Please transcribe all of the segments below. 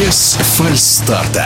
Без фальстарта.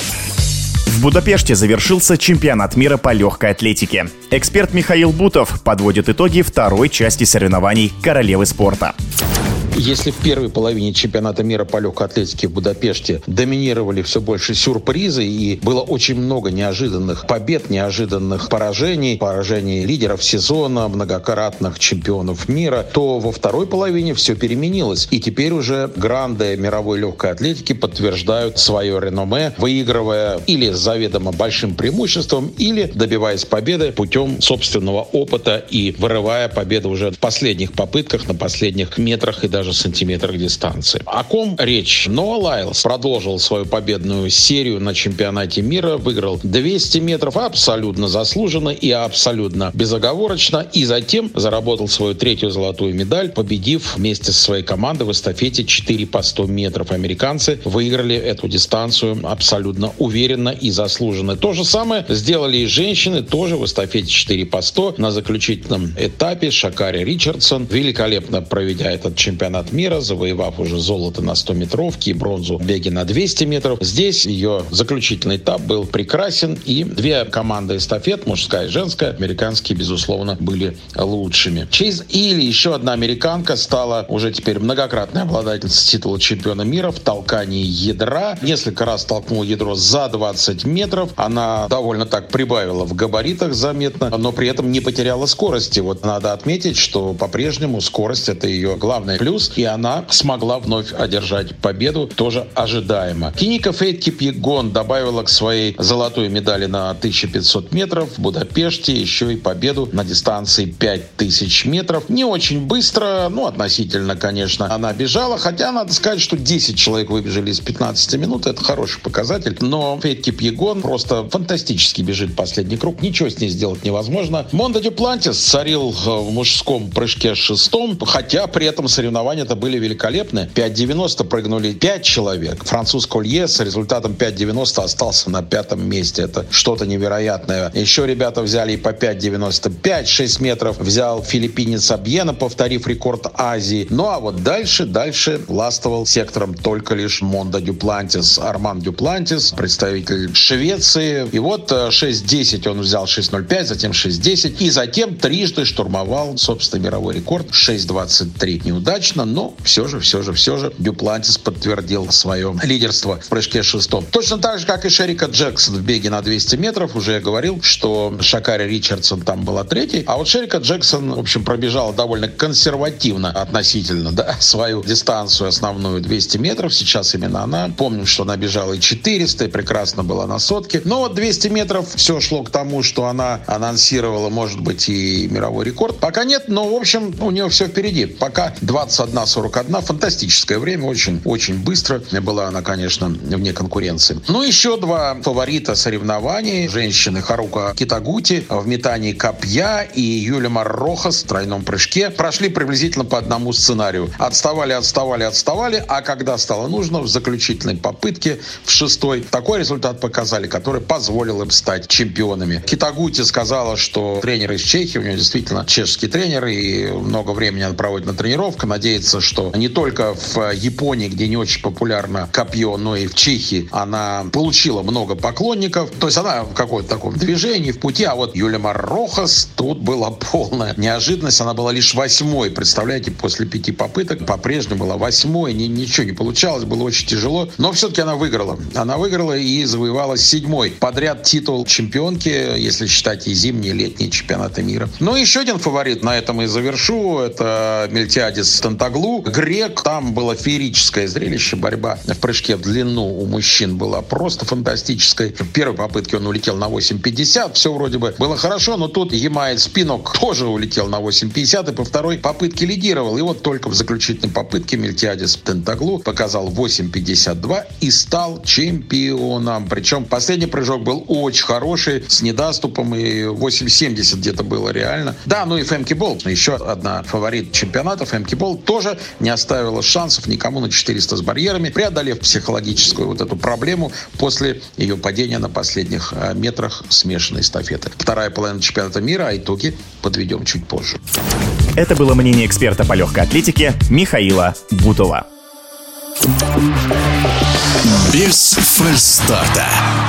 В Будапеште завершился чемпионат мира по легкой атлетике. Эксперт Михаил Бутов подводит итоги второй части соревнований «Королевы спорта». Если в первой половине чемпионата мира по легкой атлетике в Будапеште доминировали все больше сюрпризы и было очень много неожиданных побед, неожиданных поражений лидеров сезона, многократных чемпионов мира, то во второй половине все переменилось. И теперь уже гранды мировой легкой атлетики подтверждают свое реноме, выигрывая или с заведомо большим преимуществом, или добиваясь победы путем собственного опыта и вырывая победу уже в последних попытках, на последних метрах и даже сантиметрах дистанции. О ком речь? Ноа Лайлс продолжил свою победную серию на чемпионате мира, выиграл 200 метров абсолютно заслуженно и абсолютно безоговорочно, и затем заработал свою третью золотую медаль, победив вместе со своей командой в эстафете 4 по 100 метров. Американцы выиграли эту дистанцию абсолютно уверенно и заслуженно. То же самое сделали и женщины, тоже в эстафете 4 по 100 на заключительном этапе. Шакари Ричардсон, великолепно проведя этот чемпионат мира, завоевав уже золото на 100-метровке и бронзу в беге на 200 метров. Здесь ее заключительный этап был прекрасен, и две команды эстафет, мужская и женская, американские, безусловно, были лучшими. Чейз Илли, еще одна американка, стала уже теперь многократной обладательницей титула чемпиона мира в толкании ядра. Несколько раз толкнула ядро за 20 метров. Она довольно так прибавила в габаритах заметно, но при этом не потеряла скорости. Вот надо отметить, что по-прежнему скорость — это ее главный плюс, и она смогла вновь одержать победу, тоже ожидаемо. Киника Фейт Кипьегон добавила к своей золотой медали на 1500 метров в Будапеште еще и победу на дистанции 5000 метров. Не очень быстро, относительно, конечно, она бежала, хотя надо сказать, что 10 человек выбежали из 15 минут, это хороший показатель, но Фейт Кипьегон просто фантастически бежит последний круг, ничего с ней сделать невозможно. Мондо Дюплантис царил в мужском прыжке шестом, хотя при этом соревнования это были великолепны. 5.90 прыгнули 5 человек. Француз Колье с результатом 5.90 остался на 5-м месте. Это что-то невероятное. Еще ребята взяли и по 5.95, 6 метров взял филиппинец Абьена, повторив рекорд Азии. А вот дальше властвовал сектором только лишь Мондо Дюплантис. Арман Дюплантис, представитель Швеции. И вот 6.10 он взял, 6.05, затем 6.10. И затем трижды штурмовал, собственно, мировой рекорд 6.23. Неудачно, но все же Дюплантис подтвердил свое лидерство в прыжке шестом. Точно так же, как и Шерика Джексон в беге на 200 метров. Уже я говорил, что Шакари Ричардсон там была третьей. А вот Шерика Джексон, в общем, пробежала довольно консервативно относительно, свою дистанцию основную 200 метров. Сейчас именно она. Помним, что она бежала и 400, и прекрасно была на сотке. Но вот 200 метров все шло к тому, что она анонсировала, может быть, и мировой рекорд. Пока нет, но, в общем, у нее все впереди. Пока 21:41, фантастическое время, очень быстро была она, конечно, вне конкуренции. Еще два фаворита соревнований: женщины Харука Китагути в метании копья и Юлимар Рохас в тройном прыжке прошли приблизительно по одному сценарию. Отставали, а когда стало нужно, в заключительной попытке, в шестой, такой результат показали, который позволил им стать чемпионами. Китагути сказала, что тренер из Чехии, у нее действительно чешский тренер, и много времени она проводит на тренировках, надеется, что не только в Японии, где не очень популярно копье, но и в Чехии она получила много поклонников. То есть она в каком-то таком движении, в пути. А вот Юлимар Рохас, тут была полная неожиданность. Она была лишь 8-й. Представляете, после 5 попыток по-прежнему была 8-й. Ничего не получалось, было очень тяжело. Но все-таки она выиграла. Она выиграла и завоевала 7-й подряд титул чемпионки, если считать и зимние, и летние чемпионаты мира. Еще один фаворит, на этом и завершу, это Мильтиадис Тантаглу, грек. Там было феерическое зрелище. Борьба в прыжке в длину у мужчин была просто фантастической. В первой попытке он улетел на 8.50. Все вроде бы было хорошо, но тут Ямаец Пинок тоже улетел на 8.50 и по второй попытке лидировал. И вот только в заключительной попытке Мильтиадис Тантаглу показал 8.52 и стал чемпионом. Причем последний прыжок был очень хороший, с недоступом, и 8.70 где-то было реально. И Фемки Бол, еще одна фаворит чемпионата, Фемки Бол, тоже не оставила шансов никому на 400 с барьерами, преодолев психологическую вот эту проблему после ее падения на последних метрах смешанной эстафеты. Вторая половина чемпионата мира, а итоги подведем чуть позже. Это было мнение эксперта по легкой атлетике Михаила Бутова. Без фальстарта.